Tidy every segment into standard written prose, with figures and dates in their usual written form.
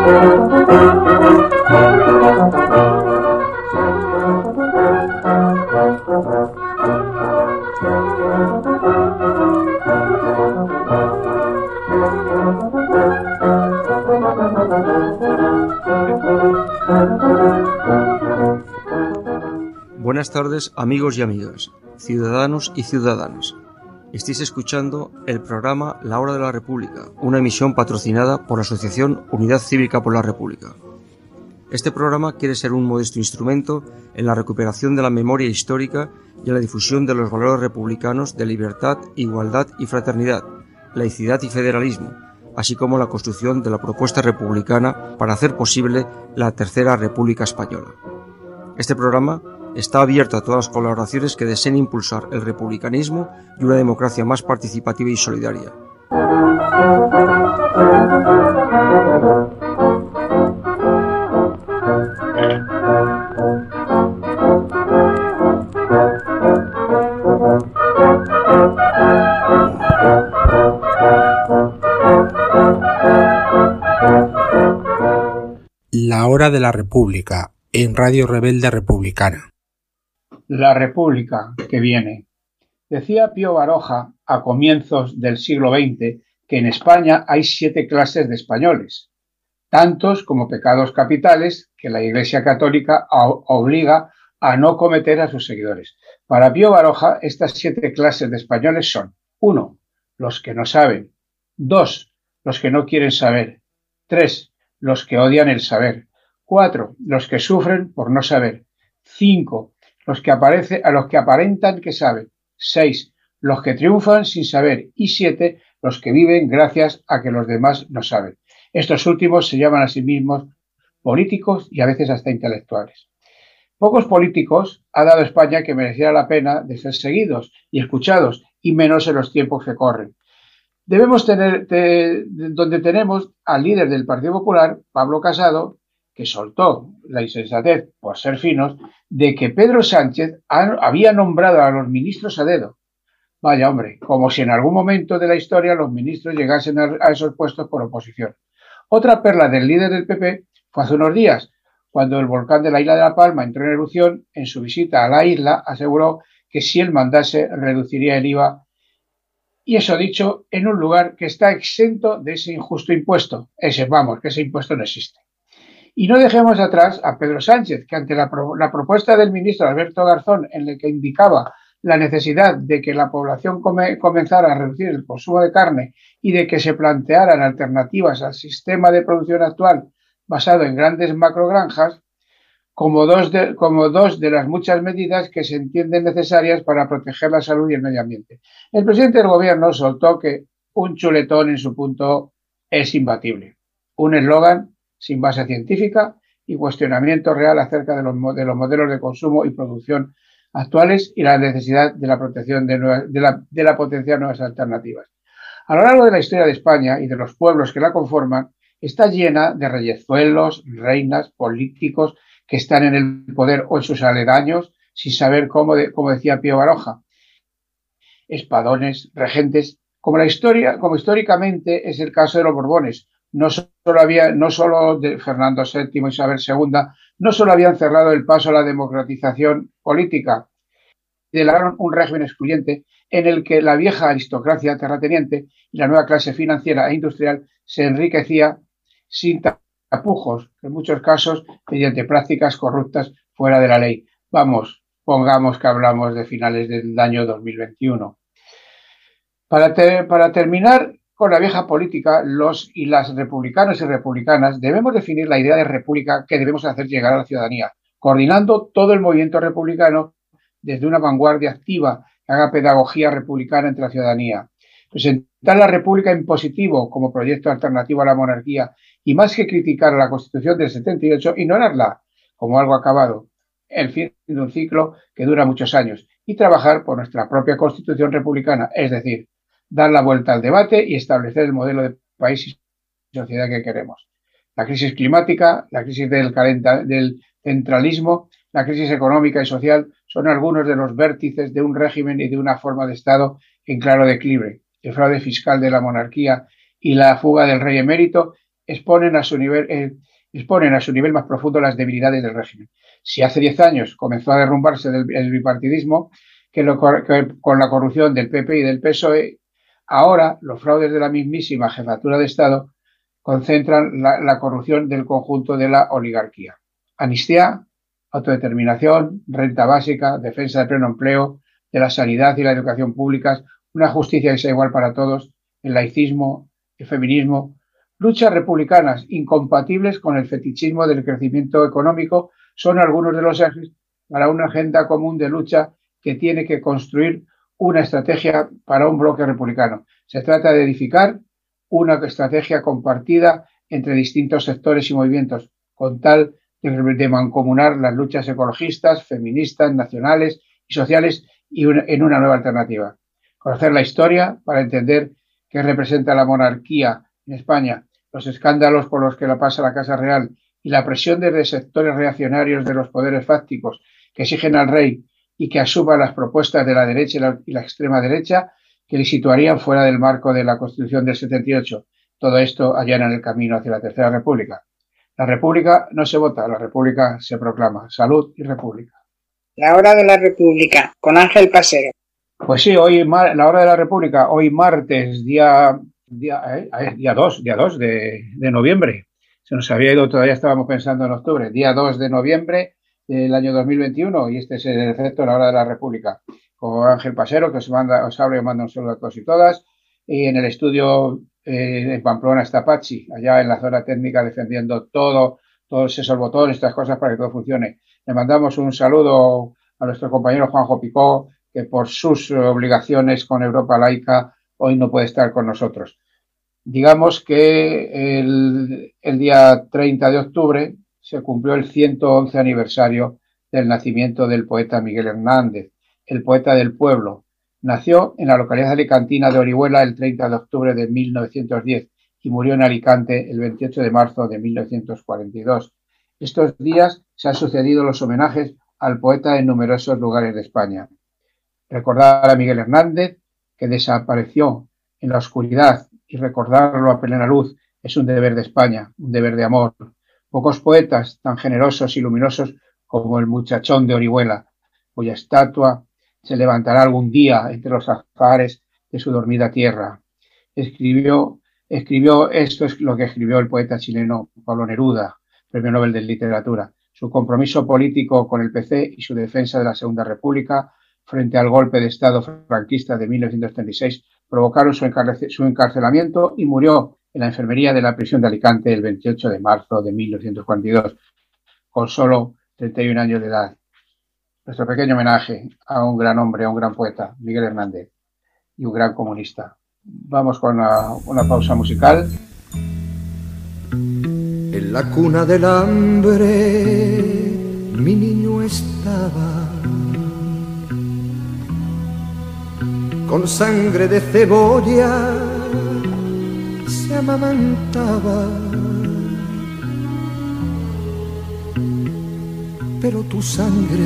Buenas tardes, amigos y amigas, ciudadanos y ciudadanas. Estáis escuchando el programa La Hora de la República, una emisión patrocinada por la Asociación Unidad Cívica por la República. Este programa quiere ser un modesto instrumento en la recuperación de la memoria histórica y en la difusión de los valores republicanos de libertad, igualdad y fraternidad, laicidad y federalismo, así como la construcción de la propuesta republicana para hacer posible la Tercera República Española. Este programa está abierto a todas las colaboraciones que deseen impulsar el republicanismo y una democracia más participativa y solidaria. La Hora de la República, en Radio Rebelde Republicana. La República que viene. Decía Pío Baroja a comienzos del siglo XX que en España hay 7 clases de españoles, tantos como pecados capitales que la Iglesia Católica obliga a no cometer a sus seguidores. Para Pío Baroja, estas 7 clases de españoles son: 1. Los que no saben; 2. Los que no quieren saber; 3. Los que odian el saber; 4. Los que sufren por no saber; 5. Los que aparentan que saben; 6. Los que triunfan sin saber; y 7. Los que viven gracias a que los demás no saben. Estos últimos se llaman a sí mismos políticos y a veces hasta intelectuales. Pocos políticos ha dado España que mereciera la pena de ser seguidos y escuchados, y menos en los tiempos que corren. Debemos tener, donde tenemos al líder del Partido Popular, Pablo Casado, que soltó la insensatez, por ser finos, de que Pedro Sánchez había nombrado a los ministros a dedo. Vaya hombre, como si en algún momento de la historia los ministros llegasen a esos puestos por oposición. Otra perla del líder del PP fue hace unos días, cuando el volcán de la isla de La Palma entró en erupción. En su visita a la isla aseguró que si él mandase reduciría el IVA, y eso dicho en un lugar que está exento de ese injusto impuesto. Que ese impuesto no existe. Y no dejemos atrás a Pedro Sánchez, que ante la propuesta del ministro Alberto Garzón, en la que indicaba la necesidad de que la población comenzara a reducir el consumo de carne y de que se plantearan alternativas al sistema de producción actual basado en grandes macrogranjas, como dos de las muchas medidas que se entienden necesarias para proteger la salud y el medio ambiente. El presidente del gobierno soltó que un chuletón en su punto es imbatible. Un eslogan sin base científica y cuestionamiento real acerca de los modelos de consumo y producción actuales y la necesidad de la protección de la potenciar nuevas alternativas. A lo largo de la historia de España y de los pueblos que la conforman, está llena de reyezuelos, reinas, políticos que están en el poder o en sus aledaños sin saber como decía Pío Baroja, espadones, regentes, como históricamente es el caso de los Borbones. No solo de Fernando VII, Isabel II, no solo habían cerrado el paso a la democratización política, declararon un régimen excluyente en el que la vieja aristocracia terrateniente y la nueva clase financiera e industrial se enriquecía sin tapujos, en muchos casos mediante prácticas corruptas fuera de la ley. Pongamos que hablamos de finales del año 2021. Para terminar con la vieja política, los y las republicanos y republicanas debemos definir la idea de república que debemos hacer llegar a la ciudadanía, coordinando todo el movimiento republicano desde una vanguardia activa que haga pedagogía republicana entre la ciudadanía. Presentar la república en positivo como proyecto alternativo a la monarquía y, más que criticar a la Constitución del 78, ignorarla como algo acabado, el fin de un ciclo que dura muchos años, y trabajar por nuestra propia Constitución republicana, es decir, dar la vuelta al debate y establecer el modelo de país y sociedad que queremos. La crisis climática, la crisis del centralismo, la crisis económica y social son algunos de los vértices de un régimen y de una forma de Estado en claro declive. El fraude fiscal de la monarquía y la fuga del rey emérito exponen a su nivel más profundo las debilidades del régimen. Si hace 10 años comenzó a derrumbarse el bipartidismo, que con la corrupción del PP y del PSOE, ahora los fraudes de la mismísima jefatura de Estado concentran la corrupción del conjunto de la oligarquía. Amnistía, autodeterminación, renta básica, defensa del pleno empleo, de la sanidad y la educación públicas, una justicia que sea igual para todos, el laicismo, el feminismo, luchas republicanas incompatibles con el fetichismo del crecimiento económico son algunos de los ejes para una agenda común de lucha que tiene que construir una estrategia para un bloque republicano. Se trata de edificar una estrategia compartida entre distintos sectores y movimientos, con tal de mancomunar las luchas ecologistas, feministas, nacionales y sociales en una nueva alternativa. Conocer la historia para entender qué representa la monarquía en España, los escándalos por los que la pasa la Casa Real y la presión desde sectores reaccionarios de los poderes fácticos que exigen al rey y que asuma las propuestas de la derecha y la extrema derecha que le situarían fuera del marco de la Constitución del 78. Todo esto allana el camino hacia la Tercera República. La República no se vota, la República se proclama. Salud y República. La hora de la República, con Ángel Pasero. Pues sí, hoy la hora de la República, hoy martes, día 2 de noviembre. Se nos había ido, todavía estábamos pensando en octubre. Día 2 de noviembre del año 2021 y este es el efecto de la hora de la República. Con Ángel Pasero, que os habla y manda un saludo a todos y todas. Y en el estudio en Pamplona está Pachi, allá en la zona técnica defendiendo todos esos botones, estas cosas para que todo funcione. Le mandamos un saludo a nuestro compañero Juanjo Picó, que por sus obligaciones con Europa Laica hoy no puede estar con nosotros. Digamos que el día 30 de octubre se cumplió el 111 aniversario del nacimiento del poeta Miguel Hernández, el poeta del pueblo. Nació en la localidad alicantina de Orihuela el 30 de octubre de 1910 y murió en Alicante el 28 de marzo de 1942. Estos días se han sucedido los homenajes al poeta en numerosos lugares de España. Recordar a Miguel Hernández, que desapareció en la oscuridad, y recordarlo a plena luz es un deber de España, un deber de amor. Pocos poetas tan generosos y luminosos como el muchachón de Orihuela, cuya estatua se levantará algún día entre los azahares de su dormida tierra. Esto es lo que escribió el poeta chileno Pablo Neruda, Premio Nobel de Literatura. Su compromiso político con el PC y su defensa de la Segunda República frente al golpe de Estado franquista de 1936 provocaron su encarcelamiento y murió en la enfermería de la prisión de Alicante el 28 de marzo de 1942, con solo 31 años de edad. Nuestro pequeño homenaje a un gran hombre, a un gran poeta, Miguel Hernández, y un gran comunista. Vamos con una pausa musical. En la cuna del hambre mi niño estaba, con sangre de cebolla se amamantaba, pero tu sangre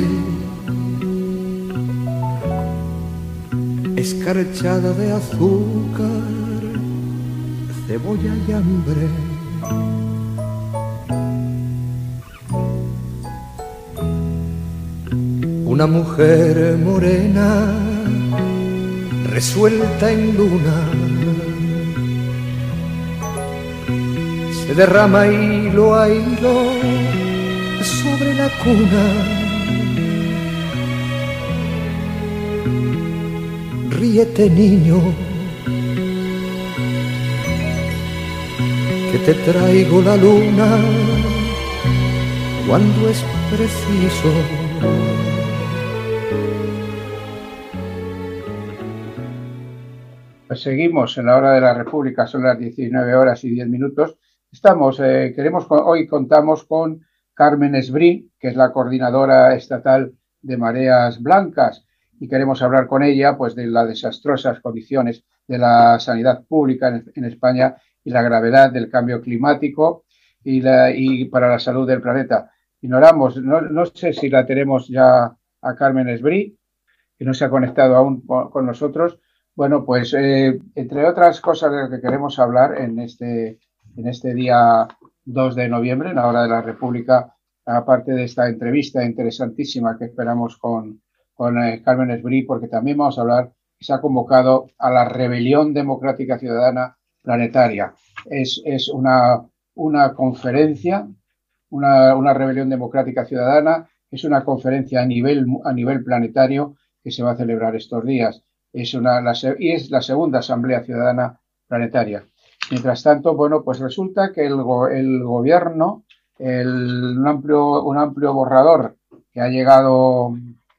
escarchada de azúcar, cebolla y hambre. Una mujer morena resuelta en luna se derrama hilo a hilo sobre la cuna. Ríete, niño, que te traigo la luna cuando es preciso. Pues seguimos en la hora de la República, son las 19 horas y 10 minutos. Hoy contamos con Carmen Esbrí, que es la coordinadora estatal de Mareas Blancas, y queremos hablar con ella pues de las desastrosas condiciones de la sanidad pública en España y la gravedad del cambio climático y para la salud del planeta. Ignoramos, no sé si la tenemos ya a Carmen Esbrí, que no se ha conectado aún con nosotros. Bueno, pues entre otras cosas de las que queremos hablar en este en este día 2 de noviembre, en la Hora de la República, aparte de esta entrevista interesantísima que esperamos con Carmen Esbrí, porque también vamos a hablar, se ha convocado a la Rebelión Democrática Ciudadana Planetaria. Es una conferencia, una Rebelión Democrática Ciudadana, es una conferencia a nivel planetario que se va a celebrar estos días. Y es la segunda Asamblea Ciudadana Planetaria. Mientras tanto, bueno, pues resulta que el gobierno, un amplio borrador que ha llegado,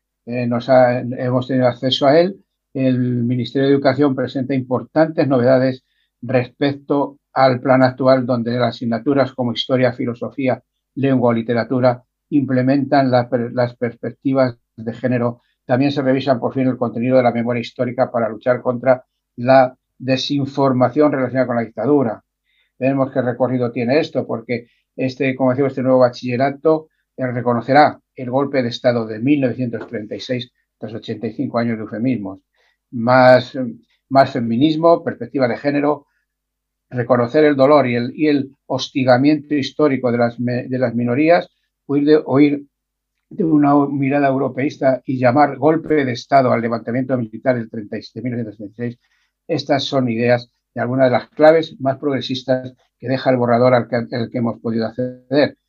hemos tenido acceso a él, el Ministerio de Educación presenta importantes novedades respecto al plan actual, donde las asignaturas como historia, filosofía, lengua o literatura implementan las perspectivas de género. También se revisan por fin el contenido de la memoria histórica para luchar contra la desinformación relacionada con la dictadura. Veremos qué recorrido tiene esto, porque como decimos, este nuevo bachillerato reconocerá el golpe de Estado de 1936 tras 85 años de eufemismos. Más feminismo, perspectiva de género, reconocer el dolor y el hostigamiento histórico de las minorías, oír de una mirada europeísta y llamar golpe de Estado al levantamiento militar de 1936. Estas son ideas de algunas de las claves más progresistas que deja el borrador al que hemos podido acceder.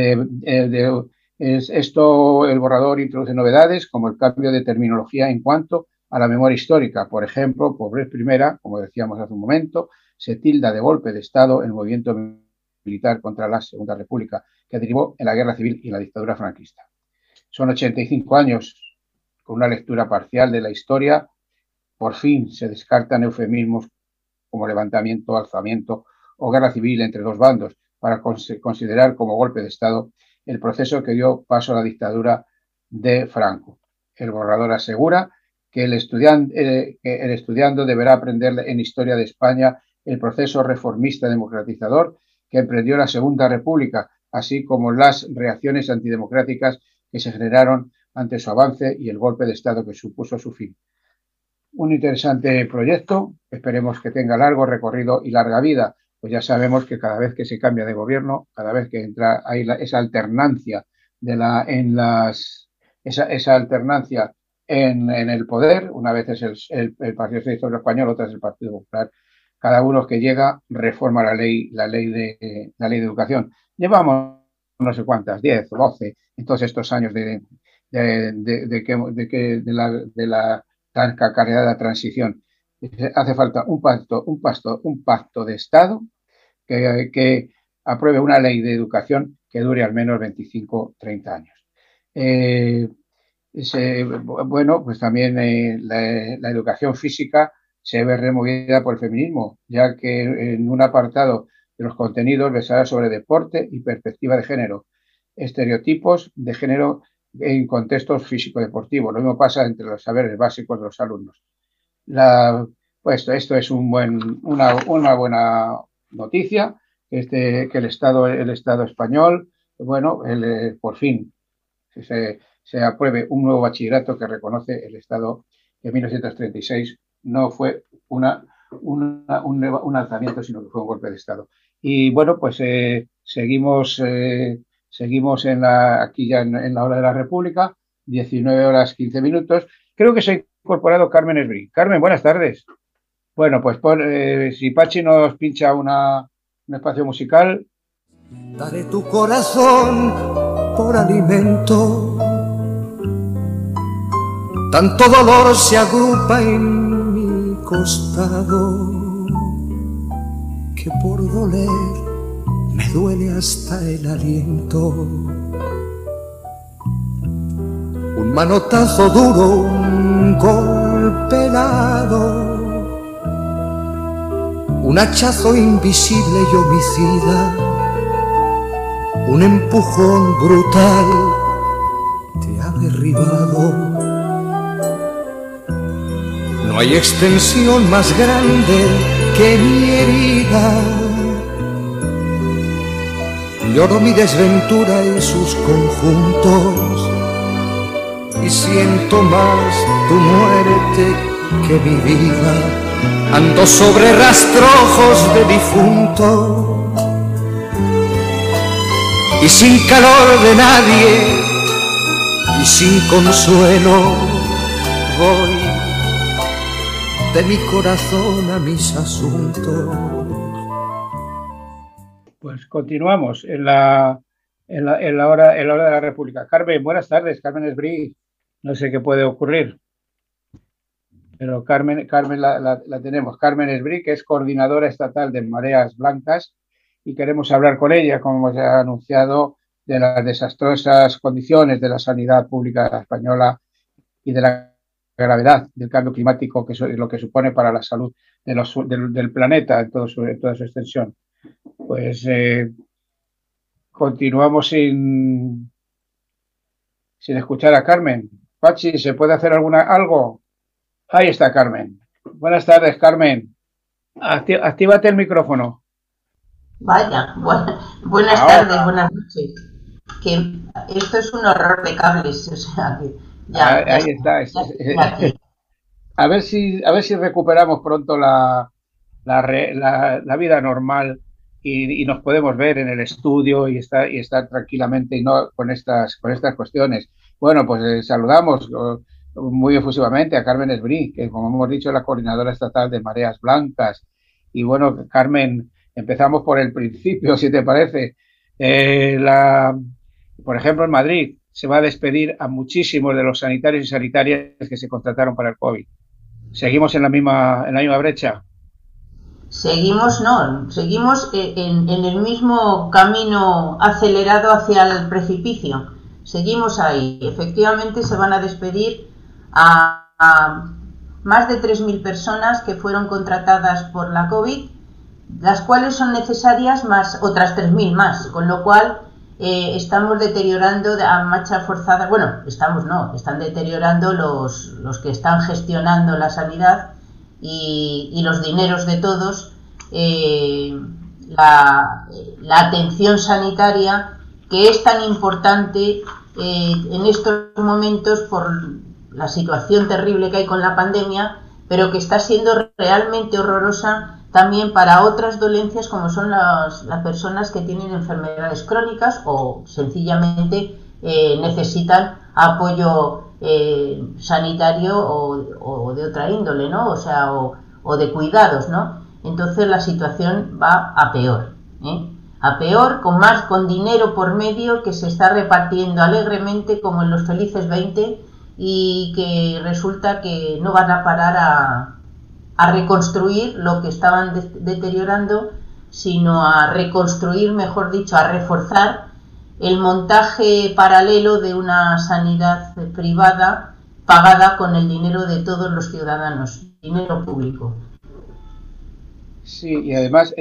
El borrador introduce novedades como el cambio de terminología en cuanto a la memoria histórica. Por ejemplo, por vez primera, como decíamos hace un momento, se tilda de golpe de Estado el movimiento militar contra la Segunda República, que derivó en la guerra civil y la dictadura franquista. Son 85 años con una lectura parcial de la historia. Por fin se descartan eufemismos como levantamiento, alzamiento o guerra civil entre dos bandos para considerar como golpe de Estado el proceso que dio paso a la dictadura de Franco. El borrador asegura que el estudiante deberá aprender en Historia de España el proceso reformista democratizador que emprendió la Segunda República, así como las reacciones antidemocráticas que se generaron ante su avance y el golpe de Estado que supuso su fin. Un interesante proyecto, esperemos que tenga largo recorrido y larga vida, pues ya sabemos que cada vez que se cambia de gobierno, cada vez que entra hay esa alternancia esa alternancia en el poder, una vez es el Partido Socialista Obrero Español, otra es el Partido Popular. Cada uno que llega reforma la ley de educación. Llevamos no sé cuántas, 10 o 12, en todos estos años de la tan cacareada transición. Hace falta un pacto de Estado que apruebe una ley de educación que dure al menos 25, 30 años. Bueno, pues también la educación física se ve removida por el feminismo, ya que en un apartado de los contenidos versará sobre deporte y perspectiva de género, estereotipos de género en contextos físico-deportivos. Lo mismo pasa entre los saberes básicos de los alumnos. Pues esto es una buena noticia, que el Estado español, bueno, por fin se apruebe un nuevo bachillerato que reconoce el Estado de 1936. No fue un alzamiento, sino que fue un golpe de Estado. Y bueno, pues seguimos aquí ya en la Hora de la República, 19:15. Creo que se ha incorporado Carmen Esbrí. Carmen, buenas tardes. Bueno, pues si Pachi nos pincha un espacio musical. Daré tu corazón por alimento. Tanto dolor se agrupa en mi costado que por doler me duele hasta el aliento. Un manotazo duro, un golpe helado, un hachazo invisible y homicida, un empujón brutal te ha derribado. No hay extensión más grande que mi herida. Lloro mi desventura en sus conjuntos y siento más tu muerte que mi vida. Ando sobre rastrojos de difunto. y sin calor de nadie y sin consuelo voy de mi corazón a mis asuntos. Pues continuamos en la hora de la República. Carmen, buenas tardes. Carmen Esbrí. No sé qué puede ocurrir, pero Carmen la tenemos. Carmen Esbrí, que es coordinadora estatal de Mareas Blancas, y queremos hablar con ella, como hemos anunciado, de las desastrosas condiciones de la sanidad pública española y de la gravedad del cambio climático, que es lo que supone para la salud del planeta en toda su extensión. Pues continuamos sin escuchar a Carmen. Pachi, ¿se puede hacer algo? Ahí está Carmen. Buenas tardes, Carmen. Actívate el micrófono. Vaya, buenas tardes, buenas noches. Que esto es un horror de cables, o sea que ahí está. A ver si recuperamos pronto la vida normal y nos podemos ver en el estudio y estar tranquilamente y no con estas cuestiones. Bueno, pues saludamos muy efusivamente a Carmen Esbrí, que como hemos dicho es la coordinadora estatal de Mareas Blancas. Y bueno, Carmen, empezamos por el principio, si te parece. Por ejemplo, en Madrid se va a despedir a muchísimos de los sanitarios y sanitarias que se contrataron para el COVID. ¿Seguimos en la misma brecha? Seguimos en el mismo camino acelerado hacia el precipicio. Seguimos ahí. Efectivamente se van a despedir a más de 3.000 personas que fueron contratadas por la COVID, las cuales son necesarias más otras 3.000 más, con lo cual estamos deteriorando a marcha forzada. Bueno, están deteriorando los que están gestionando la sanidad y los dineros de todos, la atención sanitaria, que es tan importante en estos momentos por la situación terrible que hay con la pandemia, pero que está siendo realmente horrorosa también para otras dolencias como son las personas que tienen enfermedades crónicas o sencillamente necesitan apoyo sanitario o de otra índole, ¿no? O sea, o de cuidados, ¿no? Entonces la situación va a peor, a peor, con dinero por medio que se está repartiendo alegremente como en los felices 20 y que resulta que no van a parar a reconstruir lo que estaban deteriorando, sino a reconstruir, mejor dicho, a reforzar el montaje paralelo de una sanidad privada pagada con el dinero de todos los ciudadanos, dinero público. Sí, y además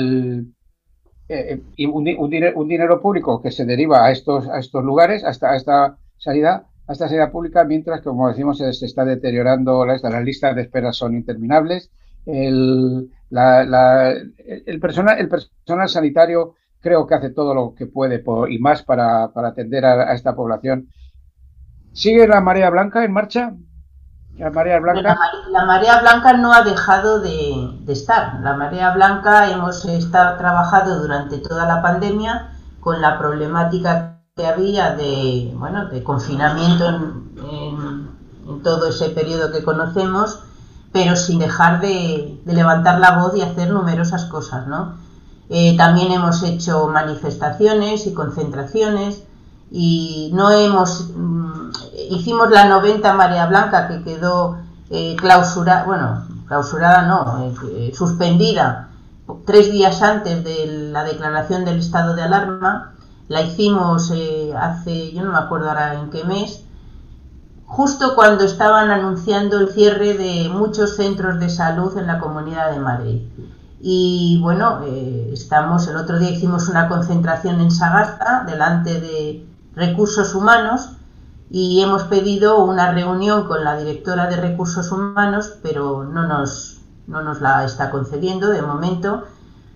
un dinero público que se deriva a estos lugares, a esta sanidad pública, mientras que, como decimos, se está deteriorando las listas de espera son interminables. El personal sanitario creo que hace todo lo que puede y más para atender a esta población. ¿Sigue la marea blanca en marcha? ¿La marea blanca? La marea blanca no ha dejado de estar. La marea blanca hemos estado trabajando durante toda la pandemia con la problemática que había de confinamiento en todo ese periodo que conocemos, pero sin dejar de levantar la voz y hacer numerosas cosas, ¿no? También hemos hecho manifestaciones y concentraciones y hicimos la 90 Marea Blanca, que quedó suspendida 3 días antes de la declaración del estado de alarma. La hicimos hace, yo no me acuerdo ahora en qué mes, justo cuando estaban anunciando el cierre de muchos centros de salud en la Comunidad de Madrid. Y bueno, el otro día hicimos una concentración en Sagasta delante de Recursos Humanos y hemos pedido una reunión con la directora de Recursos Humanos, pero no nos la está concediendo de momento.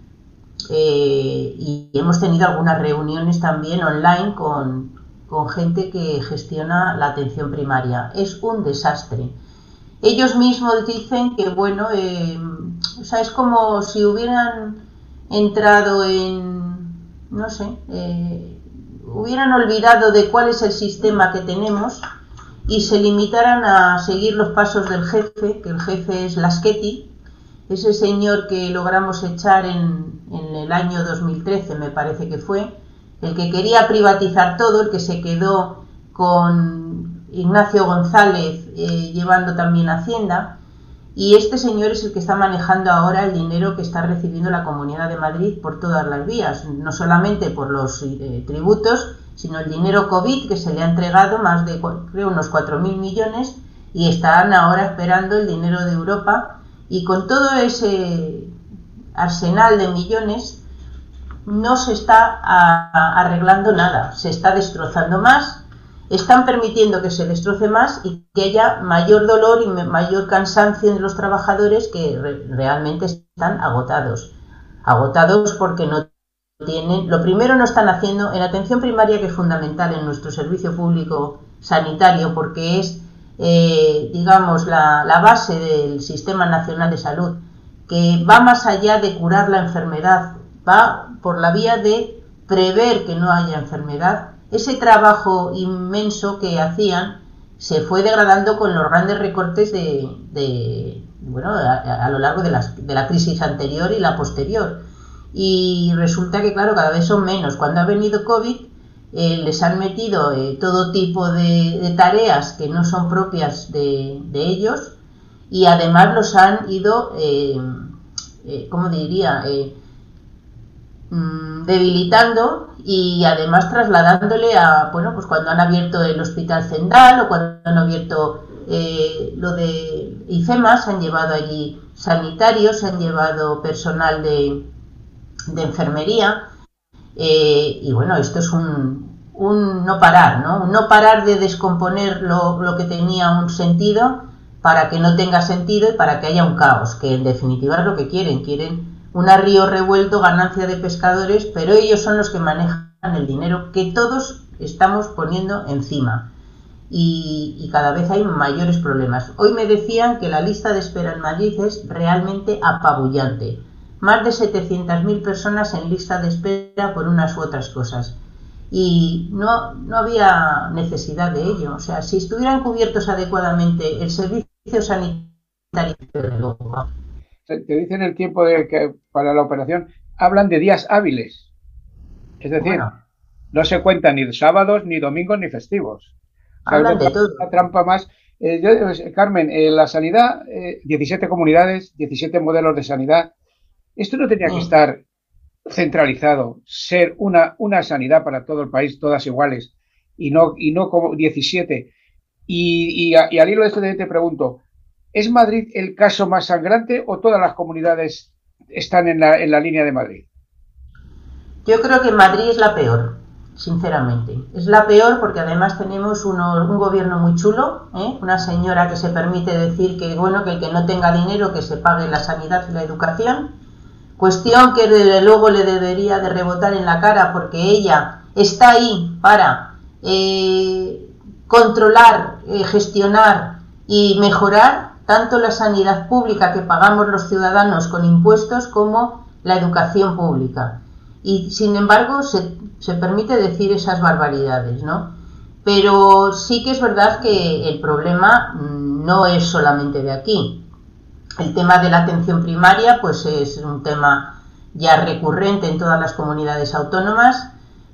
Y hemos tenido algunas reuniones también online con gente que gestiona la atención primaria. Es un desastre. Ellos mismos dicen que es como si hubieran entrado en hubieran olvidado de cuál es el sistema que tenemos y se limitaran a seguir los pasos del jefe, que el jefe es Laschetti, ese señor que logramos echar en el año 2013, me parece que fue, el que quería privatizar todo, el que se quedó con Ignacio González llevando también Hacienda, y este señor es el que está manejando ahora el dinero que está recibiendo la Comunidad de Madrid por todas las vías, no solamente por los tributos, sino el dinero COVID que se le ha entregado, más de, creo, unos 4.000 millones, y están ahora esperando el dinero de Europa, y con todo ese arsenal de millones no se está arreglando nada, se está destrozando más, están permitiendo que se destroce más y que haya mayor dolor y mayor cansancio en los trabajadores que realmente están agotados porque no tienen, lo primero no están haciendo en atención primaria, que es fundamental en nuestro servicio público sanitario porque es digamos la base del Sistema Nacional de Salud, que va más allá de curar la enfermedad, va por la vía de prever que no haya enfermedad. Ese trabajo inmenso que hacían se fue degradando con los grandes recortes a lo largo de la crisis anterior y la posterior. Y resulta que, claro, cada vez son menos. Cuando ha venido COVID, les han metido todo tipo de tareas que no son propias de ellos, y además los han ido, debilitando, y además trasladándole a, pues cuando han abierto el Hospital Zendal o cuando han abierto lo de IFEMA, se han llevado allí sanitarios, se han llevado personal de enfermería, y bueno, esto es un no parar, ¿no? Un no parar de descomponer lo que tenía un sentido para que no tenga sentido y para que haya un caos, que en definitiva es lo que quieren un río revuelto, ganancia de pescadores, pero ellos son los que manejan el dinero que todos estamos poniendo encima, y cada vez hay mayores problemas. Hoy me decían que la lista de espera en Madrid es realmente apabullante, más de 700.000 personas en lista de espera por unas u otras cosas, y no había necesidad de ello. O sea, si estuvieran cubiertos adecuadamente el servicio sanitario, te dicen el tiempo que para la operación, hablan de días hábiles. Es decir, no se cuentan ni sábados, ni domingos, ni festivos. Hablan de todo. Una trampa más. Carmen, la sanidad, 17 comunidades, 17 modelos de sanidad. Esto no tenía que estar centralizado, ser una sanidad para todo el país, todas iguales, y no como 17. Y al hilo de esto te pregunto, ¿es Madrid el caso más sangrante o todas las comunidades están en la línea de Madrid? Yo creo que Madrid es la peor, sinceramente. Es la peor porque además tenemos un gobierno muy chulo, una señora que se permite decir que el que no tenga dinero que se pague la sanidad y la educación, cuestión que desde luego le debería de rebotar en la cara porque ella está ahí para controlar, gestionar y mejorar tanto la sanidad pública que pagamos los ciudadanos con impuestos como la educación pública. Y sin embargo se permite decir esas barbaridades, ¿no? Pero sí que es verdad que el problema no es solamente de aquí. El tema de la atención primaria pues es un tema ya recurrente en todas las comunidades autónomas,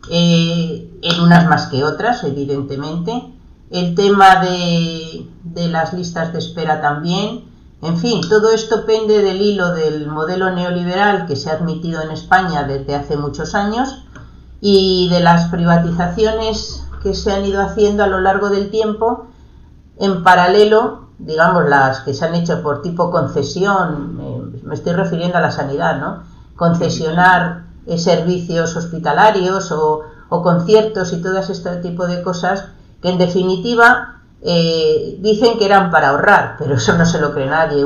en unas más que otras, evidentemente. El tema de las listas de espera también. En fin, todo esto pende del hilo del modelo neoliberal que se ha admitido en España desde hace muchos años y de las privatizaciones que se han ido haciendo a lo largo del tiempo, en paralelo, digamos, las que se han hecho por tipo concesión, me estoy refiriendo a la sanidad, ¿no? Concesionar servicios hospitalarios o conciertos y todo este tipo de cosas que en definitiva dicen que eran para ahorrar, pero eso no se lo cree nadie.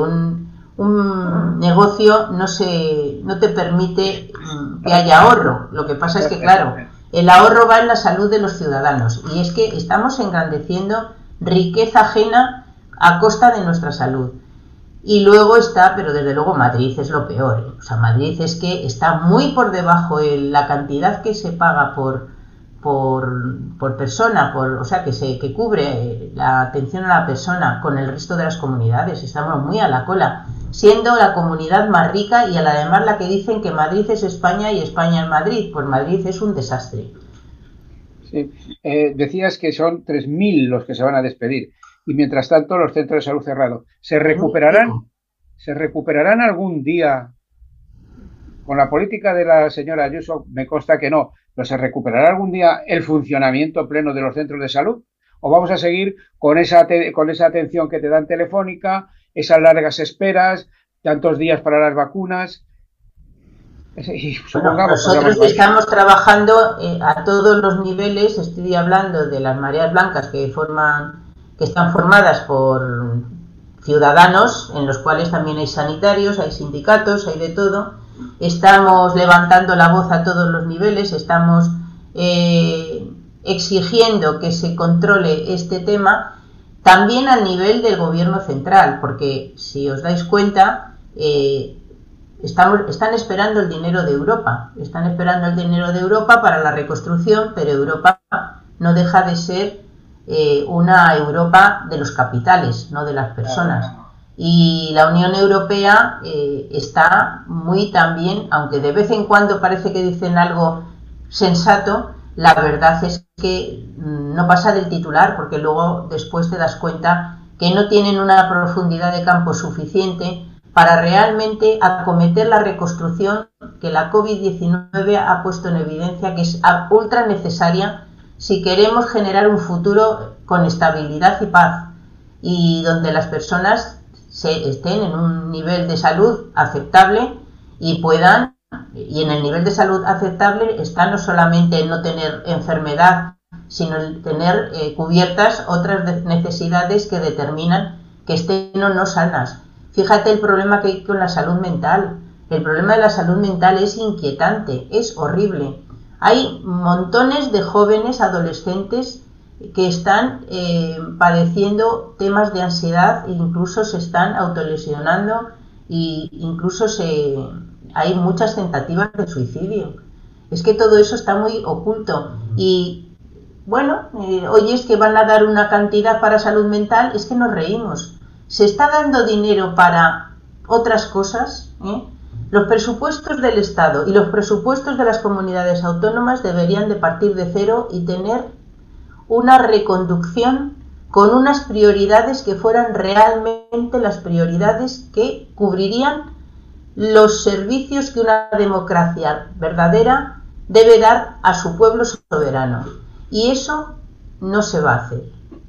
Un negocio no te permite que haya ahorro. Lo que pasa es que, claro, el ahorro va en la salud de los ciudadanos, y es que estamos engrandeciendo riqueza ajena a costa de nuestra salud. Y luego está, pero desde luego Madrid es lo peor, O sea, Madrid es que está muy por debajo la cantidad que se paga por por persona, o sea, que cubre la atención a la persona con el resto de las comunidades. Estamos muy a la cola, siendo la comunidad más rica y además la que dicen que Madrid es España y España es Madrid. Pues Madrid es un desastre. Sí. Decías que son 3.000 los que se van a despedir y mientras tanto los centros de salud cerrados. ¿Se recuperarán algún día? Con la política de la señora Ayuso me consta que no, pero ¿se recuperará algún día el funcionamiento pleno de los centros de salud? ¿O vamos a seguir con esa atención que te dan telefónica, esas largas esperas, tantos días para las vacunas? Bueno, nosotros estamos trabajando a todos los niveles. Estoy hablando de las mareas blancas que están formadas por ciudadanos, en los cuales también hay sanitarios, hay sindicatos, hay de todo. Estamos levantando la voz a todos los niveles, estamos exigiendo que se controle este tema también a nivel del gobierno central, porque si os dais cuenta, están esperando el dinero de Europa, para la reconstrucción, pero Europa no deja de ser una Europa de los capitales, no de las personas. Y la Unión Europea está muy también, aunque de vez en cuando parece que dicen algo sensato, la verdad es que no pasa del titular, porque luego después te das cuenta que no tienen una profundidad de campo suficiente para realmente acometer la reconstrucción que la COVID-19 ha puesto en evidencia, que es ultra necesaria si queremos generar un futuro con estabilidad y paz, y donde las personas estén en un nivel de salud aceptable y en el nivel de salud aceptable está no solamente no tener enfermedad, sino el tener cubiertas otras necesidades que determinan que estén o no sanas. Fíjate el problema que hay con la salud mental. El problema de la salud mental es inquietante, es horrible. Hay montones de jóvenes adolescentes que están padeciendo temas de ansiedad e incluso se están autolesionando e incluso hay muchas tentativas de suicidio. Es que todo eso está muy oculto y bueno, oyes que van a dar una cantidad para salud mental, es que nos reímos. Se está dando dinero para otras cosas, Los presupuestos del Estado y los presupuestos de las comunidades autónomas deberían de partir de cero y tener una reconducción con unas prioridades que fueran realmente las prioridades que cubrirían los servicios que una democracia verdadera debe dar a su pueblo soberano. Y eso no se va a hacer.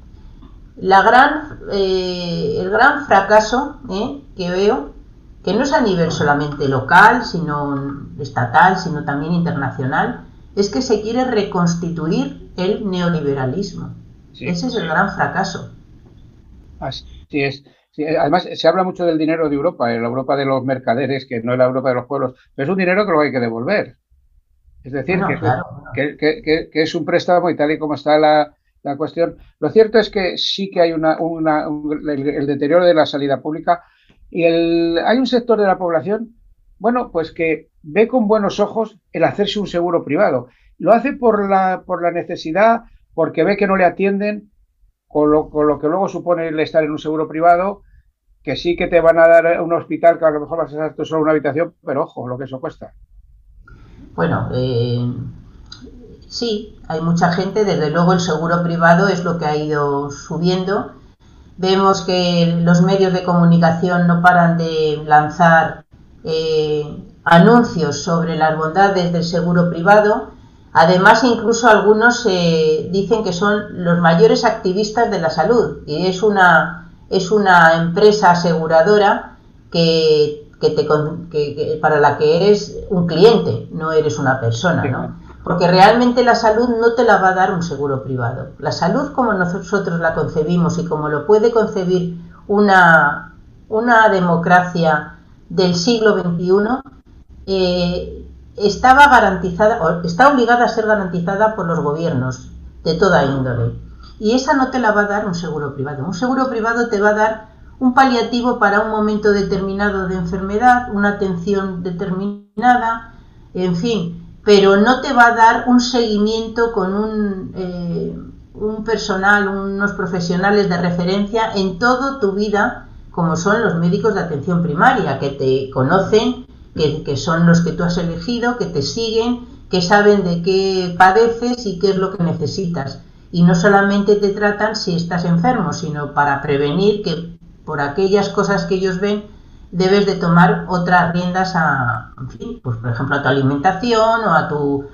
El gran fracaso que veo, que no es a nivel solamente local, sino estatal, sino también internacional, es que se quiere reconstituir el neoliberalismo. Sí. Ese es el gran fracaso. Así es. Sí, además, se habla mucho del dinero de Europa, la Europa de los mercaderes, que no es la Europa de los pueblos, pero es un dinero que lo hay que devolver. Es decir, que es un préstamo y tal y como está la cuestión. Lo cierto es que sí que hay el deterioro de la sanidad pública y hay un sector de la población, bueno, pues que ve con buenos ojos el hacerse un seguro privado. Lo hace por la necesidad, porque ve que no le atienden, con lo que luego supone el estar en un seguro privado, que sí que te van a dar un hospital que a lo mejor vas a estar solo en una habitación, pero ojo, lo que eso cuesta. Bueno, sí, hay mucha gente, desde luego el seguro privado es lo que ha ido subiendo. Vemos que los medios de comunicación no paran de lanzar anuncios sobre las bondades del seguro privado. Además, incluso algunos dicen que son los mayores activistas de la salud y es una empresa aseguradora que para la que eres un cliente, no eres una persona, ¿no? Porque realmente la salud no te la va a dar un seguro privado. La salud como nosotros la concebimos y como lo puede concebir una democracia del siglo XXI, estaba garantizada, o está obligada a ser garantizada por los gobiernos de toda índole. Y esa no te la va a dar un seguro privado. Un seguro privado te va a dar un paliativo para un momento determinado de enfermedad, una atención determinada, en fin. pero no te va a dar un seguimiento con un personal, unos profesionales de referencia en toda tu vida, como son los médicos de atención primaria, que te conocen, que son los que tú has elegido, que te siguen, que saben de qué padeces y qué es lo que necesitas. Y no solamente te tratan si estás enfermo, sino para prevenir que por aquellas cosas que ellos ven debes de tomar otras riendas en fin, pues por ejemplo a tu alimentación o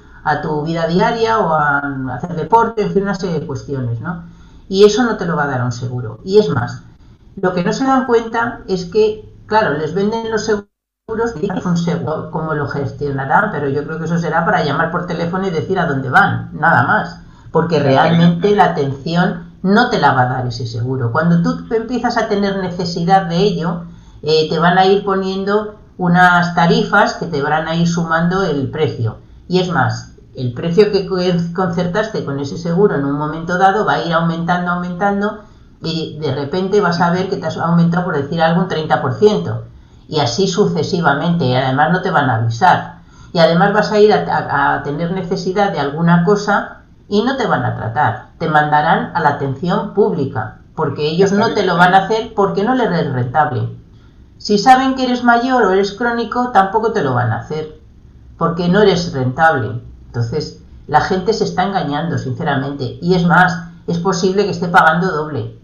a tu vida diaria o a hacer deporte, en fin, una serie de cuestiones, ¿no? Y eso no te lo va a dar un seguro. Y es más, lo que no se dan cuenta es que, claro, les venden los seguros y es un seguro, cómo lo gestionarán, pero yo creo que eso será para llamar por teléfono y decir a dónde van, nada más, porque realmente la atención no te la va a dar ese seguro. Cuando tú empiezas a tener necesidad de ello, te van a ir poniendo unas tarifas que te van a ir sumando el precio. Y es más, el precio que concertaste con ese seguro en un momento dado va a ir aumentando y de repente vas a ver que te has aumentado, por decir algo, un 30%. Y así sucesivamente. Y además no te van a avisar. Y además vas a ir a tener necesidad de alguna cosa y no te van a tratar. Te mandarán a la atención pública, porque ellos no te lo van a hacer porque no les es rentable. Si saben que eres mayor o eres crónico, tampoco te lo van a hacer, porque no eres rentable. Entonces, la gente se está engañando, sinceramente. Y es más, es posible que esté pagando doble.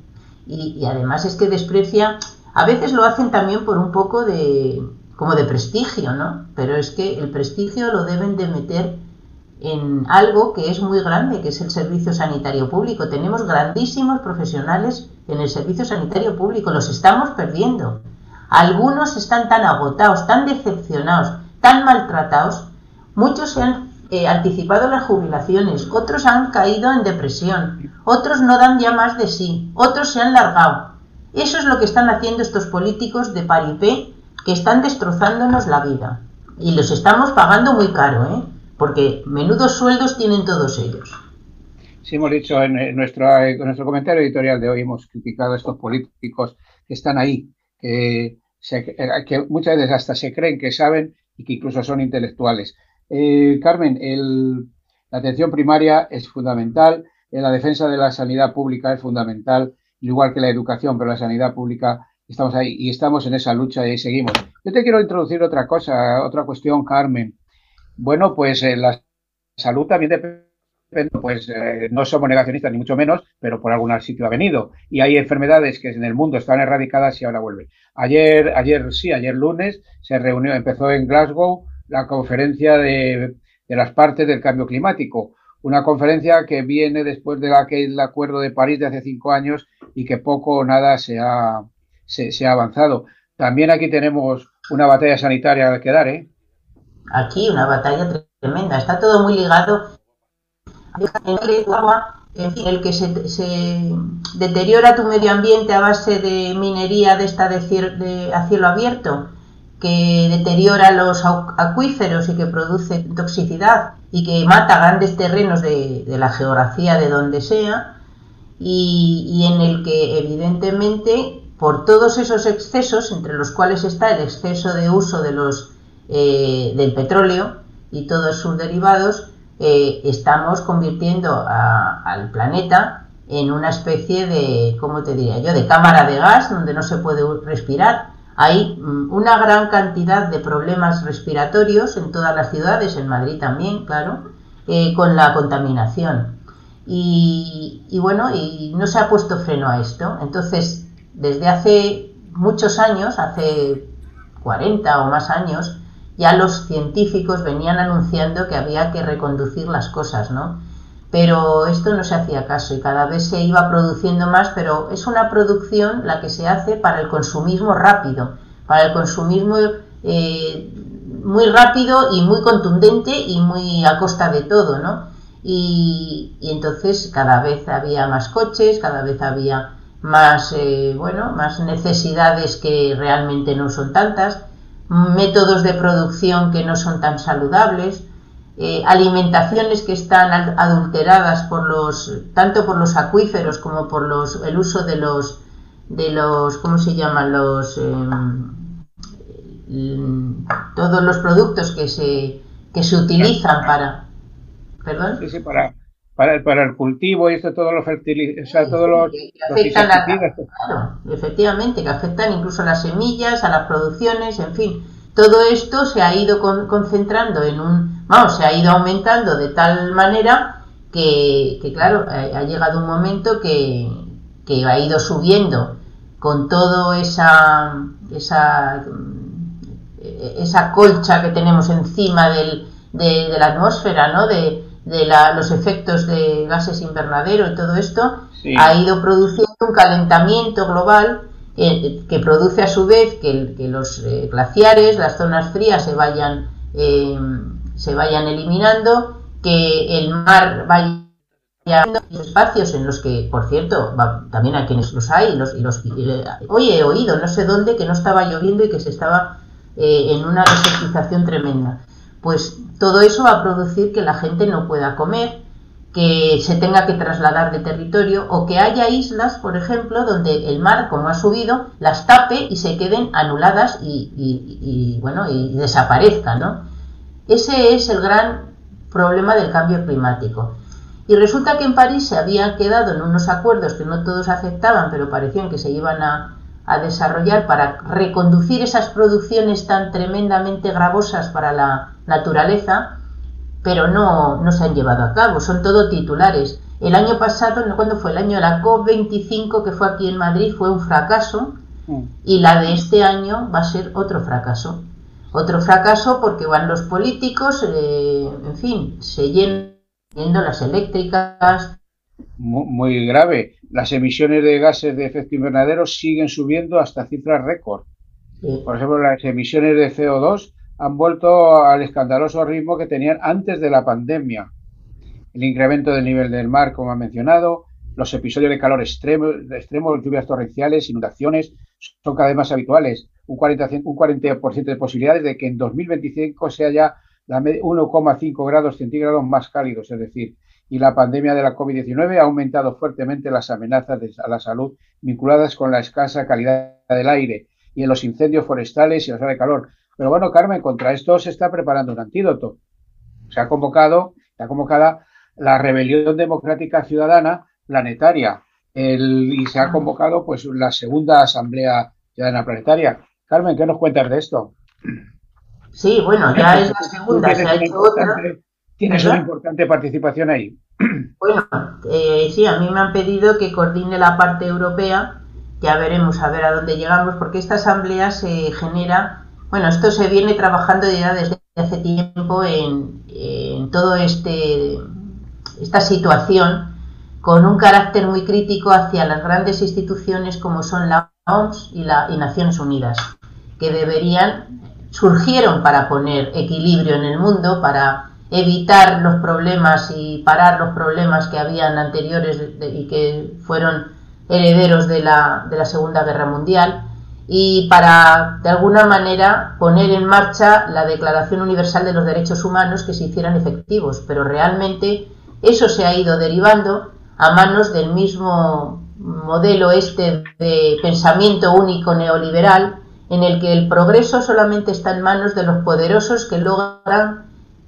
Y además es que desprecia, a veces lo hacen también por un poco como de prestigio, ¿no? Pero es que el prestigio lo deben de meter en algo que es muy grande, que es el servicio sanitario público. Tenemos grandísimos profesionales en el servicio sanitario público, los estamos perdiendo. Algunos están tan agotados, tan decepcionados, tan maltratados, muchos se han anticipado las jubilaciones, otros han caído en depresión, otros no dan ya más de sí, otros se han largado. Eso es lo que están haciendo estos políticos de paripé, que están destrozándonos la vida. Y los estamos pagando muy caro, porque menudos sueldos tienen todos ellos. Sí, hemos dicho en nuestro comentario editorial de hoy, hemos criticado a estos políticos que están ahí, que muchas veces hasta se creen que saben y que incluso son intelectuales. Carmen, la atención primaria es fundamental, la defensa de la sanidad pública es fundamental, igual que la educación, pero la sanidad pública estamos ahí y estamos en esa lucha y ahí seguimos. Yo te quiero introducir otra cuestión, Carmen. Bueno, pues la salud también depende, pues no somos negacionistas ni mucho menos, pero por algún sitio ha venido. Y hay enfermedades que en el mundo están erradicadas y ahora vuelven. Ayer lunes empezó en Glasgow la conferencia de las partes del cambio climático. Una conferencia que viene después de el Acuerdo de París de hace 5 años y que poco o nada se ha avanzado. También aquí tenemos una batalla sanitaria que dar, ¿eh? Aquí una batalla tremenda. Está todo muy ligado. El que se deteriora tu medio ambiente a base de minería a cielo abierto, que deteriora los acuíferos y que produce toxicidad y que mata grandes terrenos de la geografía de donde sea, y en el que evidentemente por todos esos excesos, entre los cuales está el exceso de uso del petróleo y todos sus derivados, estamos convirtiendo al planeta en una especie de, ¿cómo te diría yo?, de cámara de gas donde no se puede respirar. Hay una gran cantidad de problemas respiratorios en todas las ciudades, en Madrid también, claro, con la contaminación. Y bueno, y no se ha puesto freno a esto. Entonces, desde hace muchos años, hace 40 o más años, ya los científicos venían anunciando que había que reconducir las cosas, ¿no? Pero esto no se hacía caso y cada vez se iba produciendo más, pero es una producción la que se hace para el consumismo rápido, para el consumismo muy rápido y muy contundente y muy a costa de todo, ¿no? Y entonces cada vez había más coches, cada vez había más, más necesidades que realmente no son tantas, métodos de producción que no son tan saludables, alimentaciones que están adulteradas tanto por los acuíferos como por el uso de los ¿cómo se llaman? Todos los productos que que se utilizan para... ¿Perdón? Sí, para el cultivo y esto, todos los fertilizantes, o sea, todos los afectan insecticidas. claro, efectivamente, que afectan incluso a las semillas, a las producciones, en fin. Todo esto se ha ido concentrando se ha ido aumentando de tal manera que claro, ha llegado un momento que ha ido subiendo con toda esa colcha que tenemos encima de la atmósfera, ¿no? De los efectos de gases invernadero y todo esto, sí. Ha ido produciendo un calentamiento global que produce a su vez que los glaciares, las zonas frías se vayan eliminando, que el mar vaya espacios en los que, por cierto, también hay quienes los hay, hoy he oído, no sé dónde, que no estaba lloviendo y que se estaba en una desertización tremenda. Pues todo eso va a producir que la gente no pueda comer, que se tenga que trasladar de territorio, o que haya islas, por ejemplo, donde el mar, como ha subido, las tape y se queden anuladas y desaparezcan, ¿no? Ese es el gran problema del cambio climático. Y resulta que en París se habían quedado en unos acuerdos que no todos aceptaban, pero parecían que se iban a desarrollar para reconducir esas producciones tan tremendamente gravosas para la naturaleza, pero no se han llevado a cabo, son todo titulares. El año pasado, ¿cuándo fue? El año de la COP25, que fue aquí en Madrid, fue un fracaso, y la de este año va a ser otro fracaso. Otro fracaso porque van los políticos, en fin, se llenan las eléctricas. Muy grave. Las emisiones de gases de efecto invernadero siguen subiendo hasta cifras récord. Sí. Por ejemplo, las emisiones de CO2 han vuelto al escandaloso ritmo que tenían antes de la pandemia. El incremento del nivel del mar, como ha mencionado, los episodios de calor extremo, lluvias torrenciales, inundaciones, son cada vez más habituales. Un 40% de posibilidades de que en 2025 sea ya 1,5 grados centígrados más cálidos, es decir, y la pandemia de la COVID-19 ha aumentado fuertemente las amenazas a la salud vinculadas con la escasa calidad del aire y en los incendios forestales y las olas de calor. Pero bueno, Carmen, contra esto se está preparando un antídoto. Se ha convocada la Rebelión Democrática Ciudadana Planetaria y se ha convocado pues la segunda Asamblea Ciudadana Planetaria. Carmen, ¿qué nos cuentas de esto? Sí, bueno, ya es la segunda, se ha hecho otra. Tienes una importante participación ahí. Bueno, sí, a mí me han pedido que coordine la parte europea, ya veremos a ver a dónde llegamos, porque esta asamblea se genera, bueno, esto se viene trabajando ya desde hace tiempo en todo esta situación, con un carácter muy crítico hacia las grandes instituciones como son la OMS y Naciones Unidas, que surgieron para poner equilibrio en el mundo, para evitar los problemas y parar los problemas que habían anteriores y que fueron herederos de la Segunda Guerra Mundial, y para, de alguna manera, poner en marcha la Declaración Universal de los Derechos Humanos, que se hicieran efectivos. Pero realmente eso se ha ido derivando a manos del mismo modelo de pensamiento único neoliberal, en el que el progreso solamente está en manos de los poderosos que logran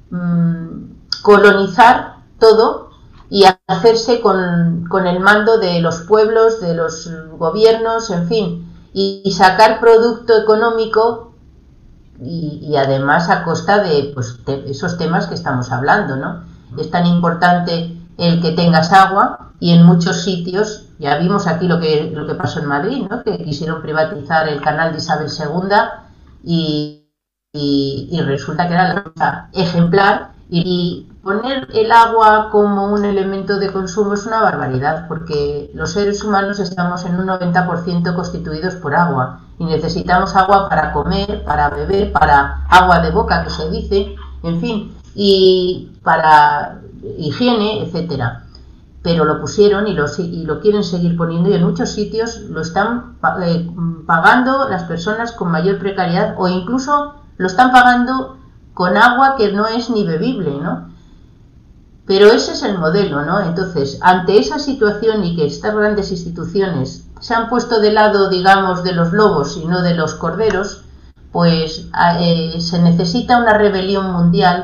colonizar todo y hacerse con el mando de los pueblos, de los gobiernos, en fin, y sacar producto económico y además a costa de esos temas que estamos hablando, ¿no? Es tan importante el que tengas agua, y en muchos sitios, ya vimos aquí lo que pasó en Madrid, ¿no? Que quisieron privatizar el canal de Isabel II y resulta que era la cosa ejemplar, y poner el agua como un elemento de consumo es una barbaridad, porque los seres humanos estamos en un 90% constituidos por agua y necesitamos agua para comer, para beber, para agua de boca, que se dice, en fin, y para higiene, etcétera. Pero lo pusieron y lo quieren seguir poniendo, y en muchos sitios lo están pagando las personas con mayor precariedad, o incluso lo están pagando con agua que no es ni bebible, ¿no? Pero ese es el modelo, ¿no? Entonces, ante esa situación y que estas grandes instituciones se han puesto de lado, digamos, de los lobos y no de los corderos, pues se necesita una rebelión mundial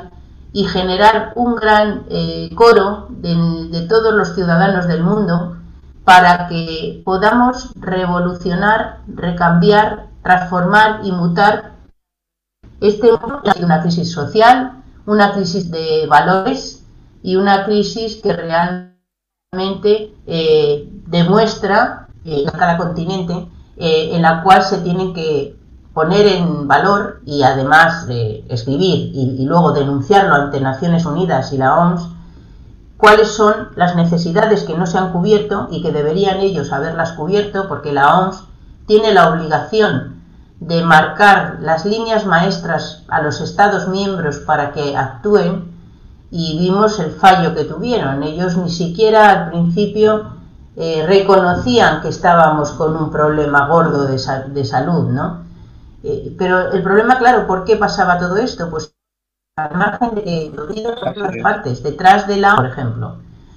y generar un gran coro de todos los ciudadanos del mundo para que podamos revolucionar, recambiar, transformar y mutar este mundo. Ha sido una crisis social, una crisis de valores y una crisis que realmente demuestra cada continente en la cual se tienen que poner en valor y además escribir y luego denunciarlo ante Naciones Unidas y la OMS cuáles son las necesidades que no se han cubierto y que deberían ellos haberlas cubierto, porque la OMS tiene la obligación de marcar las líneas maestras a los Estados miembros para que actúen, y vimos el fallo que tuvieron. Ellos ni siquiera al principio reconocían que estábamos con un problema gordo de salud, ¿no? Pero el problema, claro, ¿por qué pasaba todo esto? Pues al margen de que lo digo en todas partes, detrás de la, por ejemplo,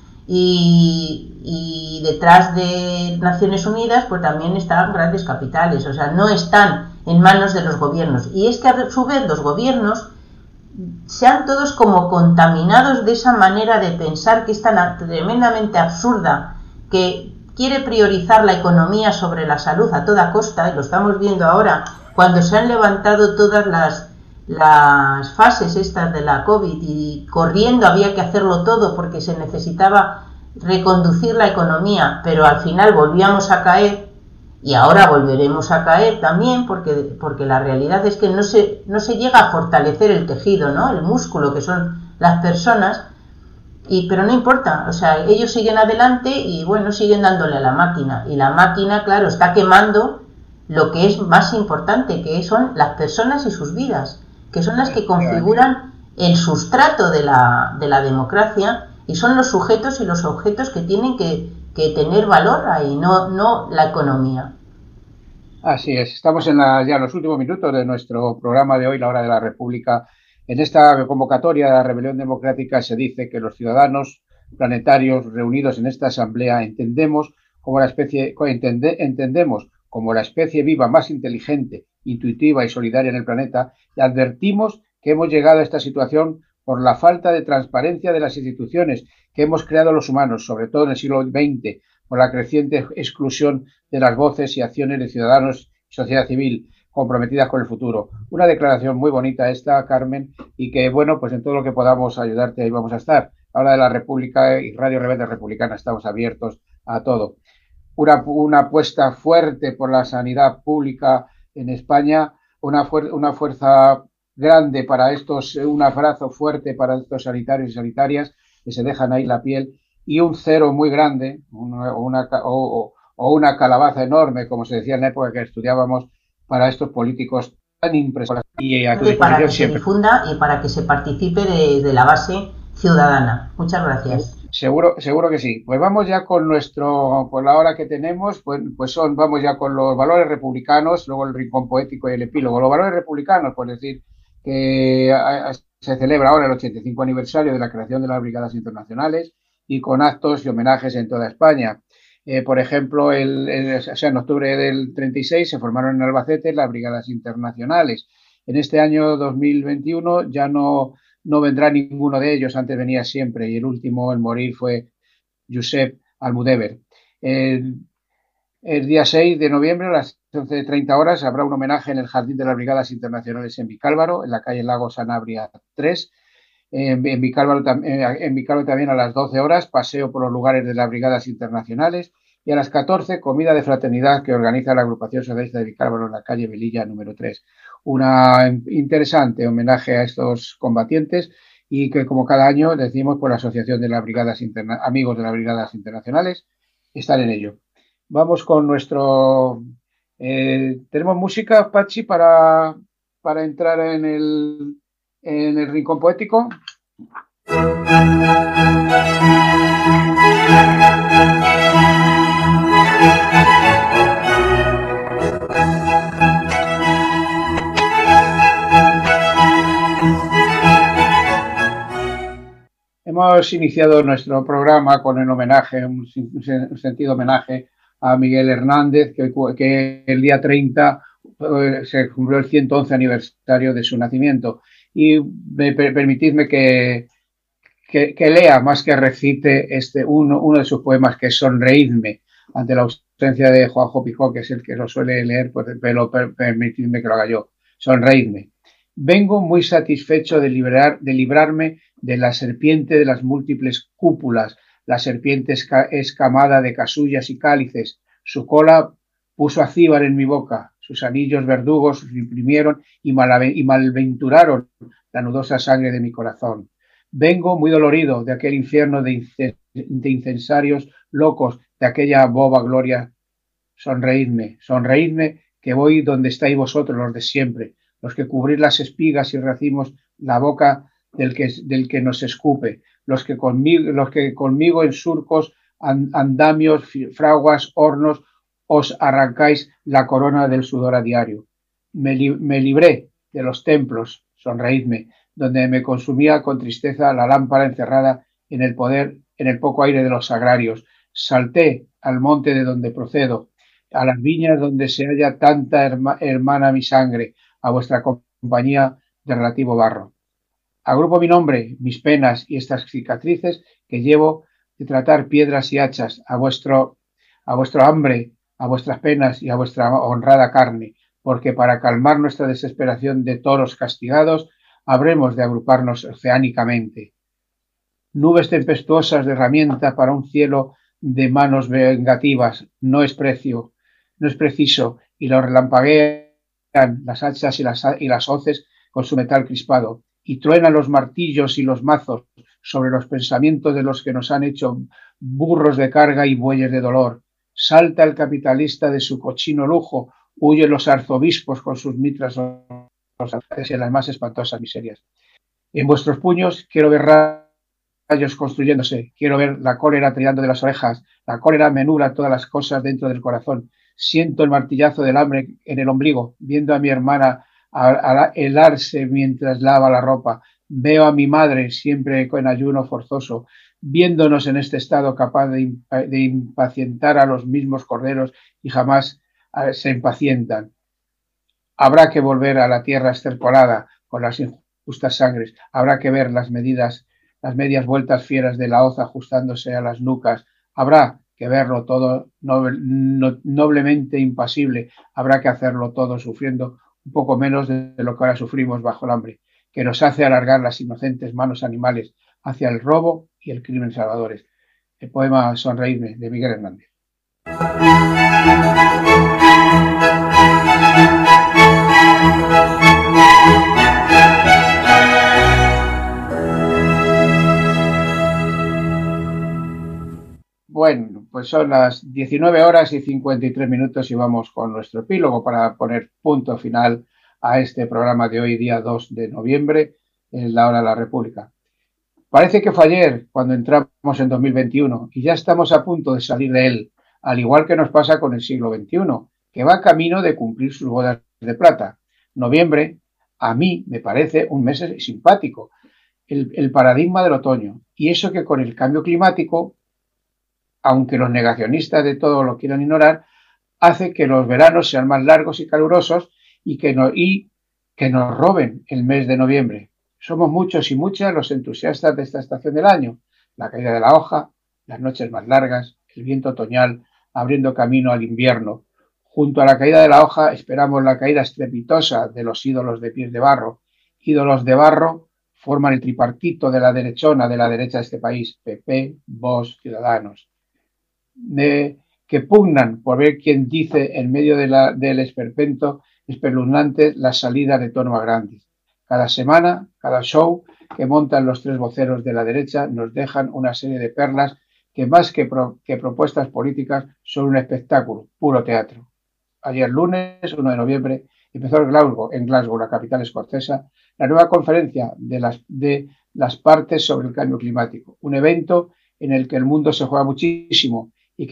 y detrás de Naciones Unidas, pues también están grandes capitales, o sea, no están en manos de los gobiernos. Y es que a su vez los gobiernos sean todos como contaminados de esa manera de pensar que es tan tremendamente absurda, que quiere priorizar la economía sobre la salud a toda costa, y lo estamos viendo ahora cuando se han levantado todas las fases estas de la COVID y corriendo había que hacerlo todo porque se necesitaba reconducir la economía, pero al final volvíamos a caer y ahora volveremos a caer también porque la realidad es que no se llega a fortalecer el tejido, ¿no? El músculo que son las personas, pero no importa, o sea, ellos siguen adelante y bueno, siguen dándole a la máquina, y la máquina, claro, está quemando lo que es más importante, que son las personas y sus vidas, que son las que configuran el sustrato de la democracia, y son los sujetos y los objetos que tienen que tener valor ahí, no la economía. Así es, estamos en ya los últimos minutos de nuestro programa de hoy, La Hora de la República. En esta convocatoria de la Rebelión Democrática se dice que los ciudadanos planetarios reunidos en esta asamblea entendemos como la especie viva más inteligente, intuitiva y solidaria en el planeta, y advertimos que hemos llegado a esta situación por la falta de transparencia de las instituciones que hemos creado los humanos, sobre todo en el siglo XX, por la creciente exclusión de las voces y acciones de ciudadanos y sociedad civil comprometidas con el futuro. Una declaración muy bonita esta, Carmen, y que, bueno, pues en todo lo que podamos ayudarte ahí vamos a estar. Ahora de la República y Radio Rebelde Republicana estamos abiertos a todo. Una apuesta fuerte por la sanidad pública en España, una fuerza grande para estos, un abrazo fuerte para estos sanitarios y sanitarias que se dejan ahí la piel, y un cero muy grande, o una calabaza enorme, como se decía en la época que estudiábamos, para estos políticos tan impresionantes. Y para que se difunda y para que se participe desde la base ciudadana. Muchas gracias. Seguro que sí. Pues vamos ya con por la hora que tenemos, vamos ya con los valores republicanos, luego el rincón poético y el epílogo. Los valores republicanos, por decir que se celebra ahora el 85 aniversario de la creación de las Brigadas Internacionales y con actos y homenajes en toda España. Por ejemplo, en octubre del 36 se formaron en Albacete las Brigadas Internacionales. En este año 2021 ya no vendrá ninguno de ellos, antes venía siempre, y el último en morir fue Josep Almudévar. El día 6 de noviembre a las 11:30 horas habrá un homenaje en el Jardín de las Brigadas Internacionales en Vicálvaro, en la calle Lago Sanabria 3. En Vicálvaro también a las 12 horas, paseo por los lugares de las Brigadas Internacionales, y a las 14, comida de fraternidad que organiza la Agrupación Socialista de Vicálvaro en la calle Velilla número 3. Una interesante homenaje a estos combatientes, y que, como cada año decimos, por la Asociación de las Brigadas Amigos de las Brigadas Internacionales están en ello. Vamos con nuestro... ¿tenemos música, Pachi, para entrar en el rincón poético? Hemos iniciado nuestro programa con el homenaje, un sentido homenaje a Miguel Hernández, que el día 30 se cumplió el 111 aniversario de su nacimiento. y permitidme que lea más que recite uno de sus poemas, que es Sonreídme. Ante la ausencia de Juanjo Picó, que es el que lo suele leer, pues permitidme que lo haga yo. Sonreídme. Vengo muy satisfecho de librarme de la serpiente de las múltiples cúpulas. La serpiente escamada de casullas y cálices. Su cola puso acíbar en mi boca. Sus anillos verdugos reprimieron y malventuraron la nudosa sangre de mi corazón. Vengo muy dolorido de aquel infierno de incensarios locos, de aquella boba gloria. Sonreídme, sonreídme, que voy donde estáis vosotros, los de siempre, los que cubrís las espigas y racimos la boca del que nos escupe, los que conmigo en surcos, andamios, fraguas, hornos, os arrancáis la corona del sudor a diario. Me libré de los templos, sonreídme, donde me consumía con tristeza la lámpara encerrada en el poco aire de los sagrarios. Salté al monte de donde procedo, a las viñas donde se halla tanta hermana mi sangre, a vuestra compañía de relativo barro. Agrupo mi nombre, mis penas y estas cicatrices que llevo de tratar piedras y hachas a vuestro hambre, a vuestras penas y a vuestra honrada carne, porque para calmar nuestra desesperación de toros castigados, habremos de agruparnos oceánicamente. Nubes tempestuosas de herramienta para un cielo de manos vengativas no es preciso, y lo relampaguean las hachas y las hoces con su metal crispado, y truenan los martillos y los mazos sobre los pensamientos de los que nos han hecho burros de carga y bueyes de dolor. Salta el capitalista de su cochino lujo, huyen los arzobispos con sus mitras en las más espantosas miserias. En vuestros puños quiero ver rayos construyéndose, quiero ver la cólera tirando de las orejas, la cólera menura todas las cosas dentro del corazón. Siento el martillazo del hambre en el ombligo, viendo a mi hermana helarse mientras lava la ropa. Veo a mi madre siempre con ayuno forzoso, viéndonos en este estado capaz de impacientar a los mismos corderos y jamás se impacientan. Habrá que volver a la tierra estercolada con las injustas sangres. Habrá que ver las medias vueltas fieras de la hoz ajustándose a las nucas. Habrá que verlo todo noblemente impasible. Habrá que hacerlo todo sufriendo un poco menos de lo que ahora sufrimos bajo el hambre, que nos hace alargar las inocentes manos animales hacia el robo y el crimen salvadores. El poema Sonreírme, de Miguel Hernández. Bueno, pues son las 19 horas y 53 minutos y vamos con nuestro epílogo para poner punto final a este programa de hoy, día 2 de noviembre, en la hora de la República. Parece que fue ayer cuando entramos en 2021 y ya estamos a punto de salir de él, al igual que nos pasa con el siglo XXI, que va camino de cumplir sus bodas de plata. Noviembre, a mí me parece un mes simpático, el paradigma del otoño, y eso que con el cambio climático, aunque los negacionistas de todo lo quieran ignorar, hace que los veranos sean más largos y calurosos y que nos roben el mes de noviembre. Somos muchos y muchas los entusiastas de esta estación del año. La caída de la hoja, las noches más largas, el viento otoñal abriendo camino al invierno. Junto a la caída de la hoja esperamos la caída estrepitosa de los ídolos de pies de barro. Ídolos de barro forman el tripartito de la derechona de la derecha de este país, PP, Vox, Ciudadanos, que pugnan por ver quién dice en medio del esperpento espeluznante la salida de tono a grandes. Cada semana, cada show que montan los tres voceros de la derecha nos dejan una serie de perlas que más que propuestas políticas son un espectáculo, puro teatro. Ayer lunes, 1 de noviembre, empezó en Glasgow, la capital escocesa, la nueva conferencia de las partes sobre el cambio climático, un evento en el que el mundo se juega muchísimo y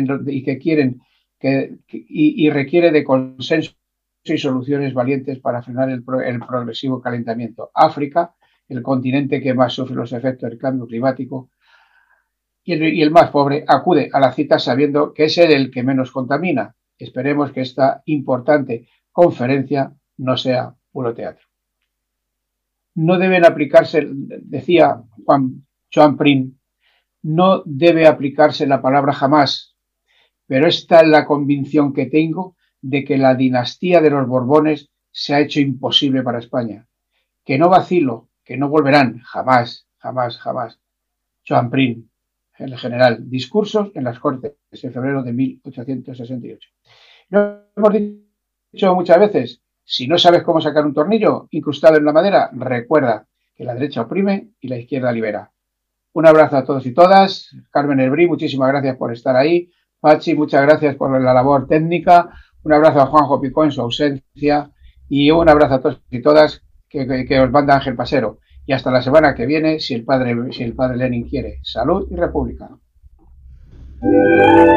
requiere de consenso y soluciones valientes para frenar el progresivo calentamiento. África, el continente que más sufre los efectos del cambio climático y el más pobre, acude a la cita sabiendo que es él el que menos contamina. Esperemos que esta importante conferencia no sea puro teatro. no deben aplicarse, decía Joan Prim, no debe aplicarse la palabra jamás, pero esta es la convicción que tengo de que la dinastía de los Borbones se ha hecho imposible para España, que no vacilo, que no volverán, jamás, jamás, jamás. Joan Prim, el general, discursos en las Cortes, en febrero de 1868. Lo hemos dicho muchas veces, si no sabes cómo sacar un tornillo incrustado en la madera, recuerda que la derecha oprime y la izquierda libera. Un abrazo a todos y todas. Carmen Elbrí, muchísimas gracias por estar ahí. Pachi, muchas gracias por la labor técnica. Un abrazo a Juanjo Picó en su ausencia. Y un abrazo a todos y todas que os manda Ángel Pasero. Y hasta la semana que viene, si el padre Lenin quiere. Salud y república.